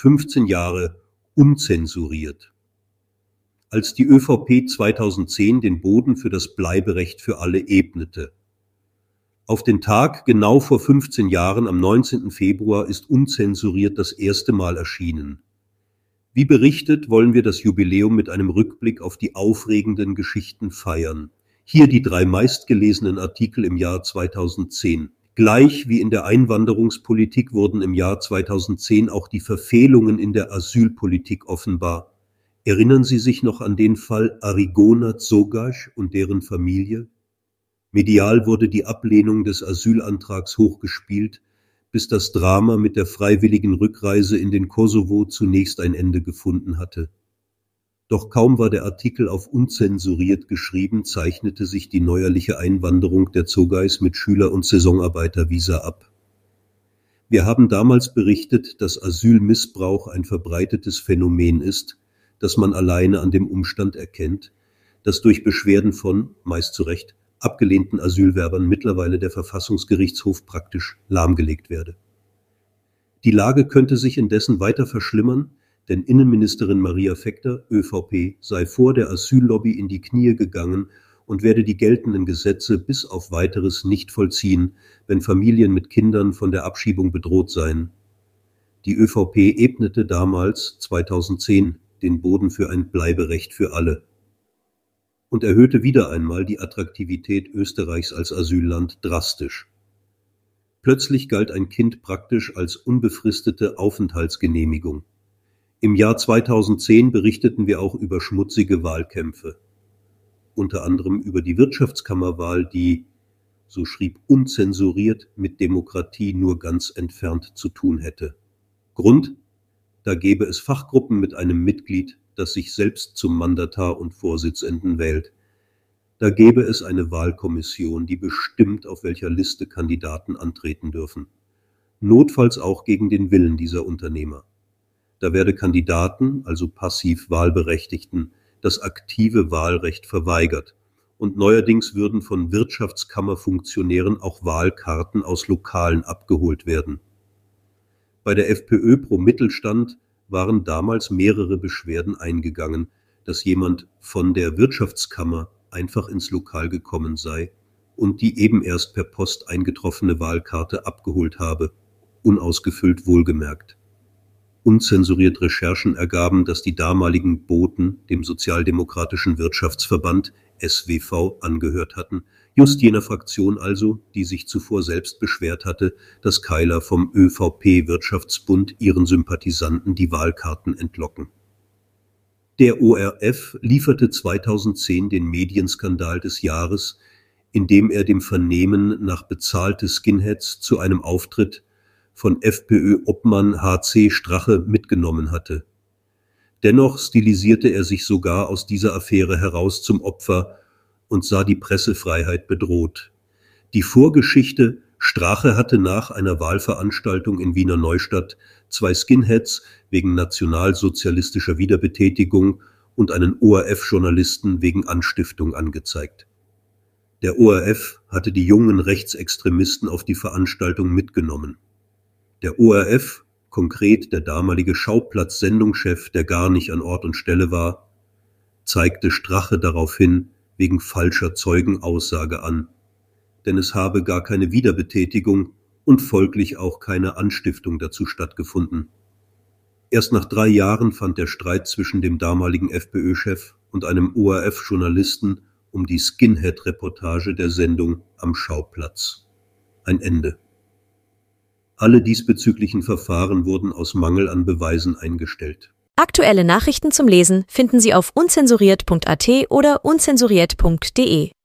15 Jahre unzensuriert. Als die ÖVP 2010 den Boden für das Bleiberecht für alle ebnete. Auf den Tag genau vor 15 Jahren, am 19. Februar, ist unzensuriert das erste Mal erschienen. Wie berichtet, wollen wir das Jubiläum mit einem Rückblick auf die aufregenden Geschichten feiern. Hier die 3 meistgelesenen Artikel im Jahr 2010. Gleich wie in der Einwanderungspolitik wurden im Jahr 2010 auch die Verfehlungen in der Asylpolitik offenbar. Erinnern Sie sich noch an den Fall Arrigona Zogash und deren Familie? Medial wurde die Ablehnung des Asylantrags hochgespielt, bis das Drama mit der freiwilligen Rückreise in den Kosovo zunächst ein Ende gefunden hatte. Doch kaum war der Artikel auf unzensuriert geschrieben, zeichnete sich die neuerliche Einwanderung der Zogais mit Schüler- und Saisonarbeitervisa ab. Wir haben damals berichtet, dass Asylmissbrauch ein verbreitetes Phänomen ist, das man alleine an dem Umstand erkennt, dass durch Beschwerden von, meist zu Recht, abgelehnten Asylwerbern mittlerweile der Verfassungsgerichtshof praktisch lahmgelegt werde. Die Lage könnte sich indessen weiter verschlimmern, denn Innenministerin Maria Vector, ÖVP, sei vor der Asyllobby in die Knie gegangen und werde die geltenden Gesetze bis auf Weiteres nicht vollziehen, wenn Familien mit Kindern von der Abschiebung bedroht seien. Die ÖVP ebnete damals, 2010, den Boden für ein Bleiberecht für alle und erhöhte wieder einmal die Attraktivität Österreichs als Asylland drastisch. Plötzlich galt ein Kind praktisch als unbefristete Aufenthaltsgenehmigung. Im Jahr 2010 berichteten wir auch über schmutzige Wahlkämpfe, unter anderem über die Wirtschaftskammerwahl, die, so schrieb unzensuriert, mit Demokratie nur ganz entfernt zu tun hätte. Grund? Da gäbe es Fachgruppen mit einem Mitglied, das sich selbst zum Mandatar und Vorsitzenden wählt. Da gäbe es eine Wahlkommission, die bestimmt, auf welcher Liste Kandidaten antreten dürfen. Notfalls auch gegen den Willen dieser Unternehmer. Da werde Kandidaten, also passiv Wahlberechtigten, das aktive Wahlrecht verweigert. Und neuerdings würden von Wirtschaftskammerfunktionären auch Wahlkarten aus Lokalen abgeholt werden. Bei der FPÖ pro Mittelstand waren damals mehrere Beschwerden eingegangen, dass jemand von der Wirtschaftskammer einfach ins Lokal gekommen sei und die eben erst per Post eingetroffene Wahlkarte abgeholt habe, unausgefüllt wohlgemerkt. Unzensuriert Recherchen ergaben, dass die damaligen Boten dem Sozialdemokratischen Wirtschaftsverband SWV angehört hatten, just jener Fraktion also, die sich zuvor selbst beschwert hatte, dass Keiler vom ÖVP-Wirtschaftsbund ihren Sympathisanten die Wahlkarten entlocken. Der ORF lieferte 2010 den Medienskandal des Jahres, indem er dem Vernehmen nach bezahlte Skinheads zu einem Auftritt von FPÖ-Obmann H.C. Strache mitgenommen hatte. Dennoch stilisierte er sich sogar aus dieser Affäre heraus zum Opfer und sah die Pressefreiheit bedroht. Die Vorgeschichte: Strache hatte nach einer Wahlveranstaltung in Wiener Neustadt 2 Skinheads wegen nationalsozialistischer Wiederbetätigung und einen ORF-Journalisten wegen Anstiftung angezeigt. Der ORF hatte die jungen Rechtsextremisten auf die Veranstaltung mitgenommen. Der ORF, konkret der damalige Schauplatz-Sendungschef, der gar nicht an Ort und Stelle war, zeigte Strache daraufhin wegen falscher Zeugenaussage an, denn es habe gar keine Wiederbetätigung und folglich auch keine Anstiftung dazu stattgefunden. Erst nach 3 Jahren fand der Streit zwischen dem damaligen FPÖ-Chef und einem ORF-Journalisten um die Skinhead-Reportage der Sendung am Schauplatz ein Ende. Alle diesbezüglichen Verfahren wurden aus Mangel an Beweisen eingestellt. Aktuelle Nachrichten zum Lesen finden Sie auf unzensuriert.at oder unzensuriert.de.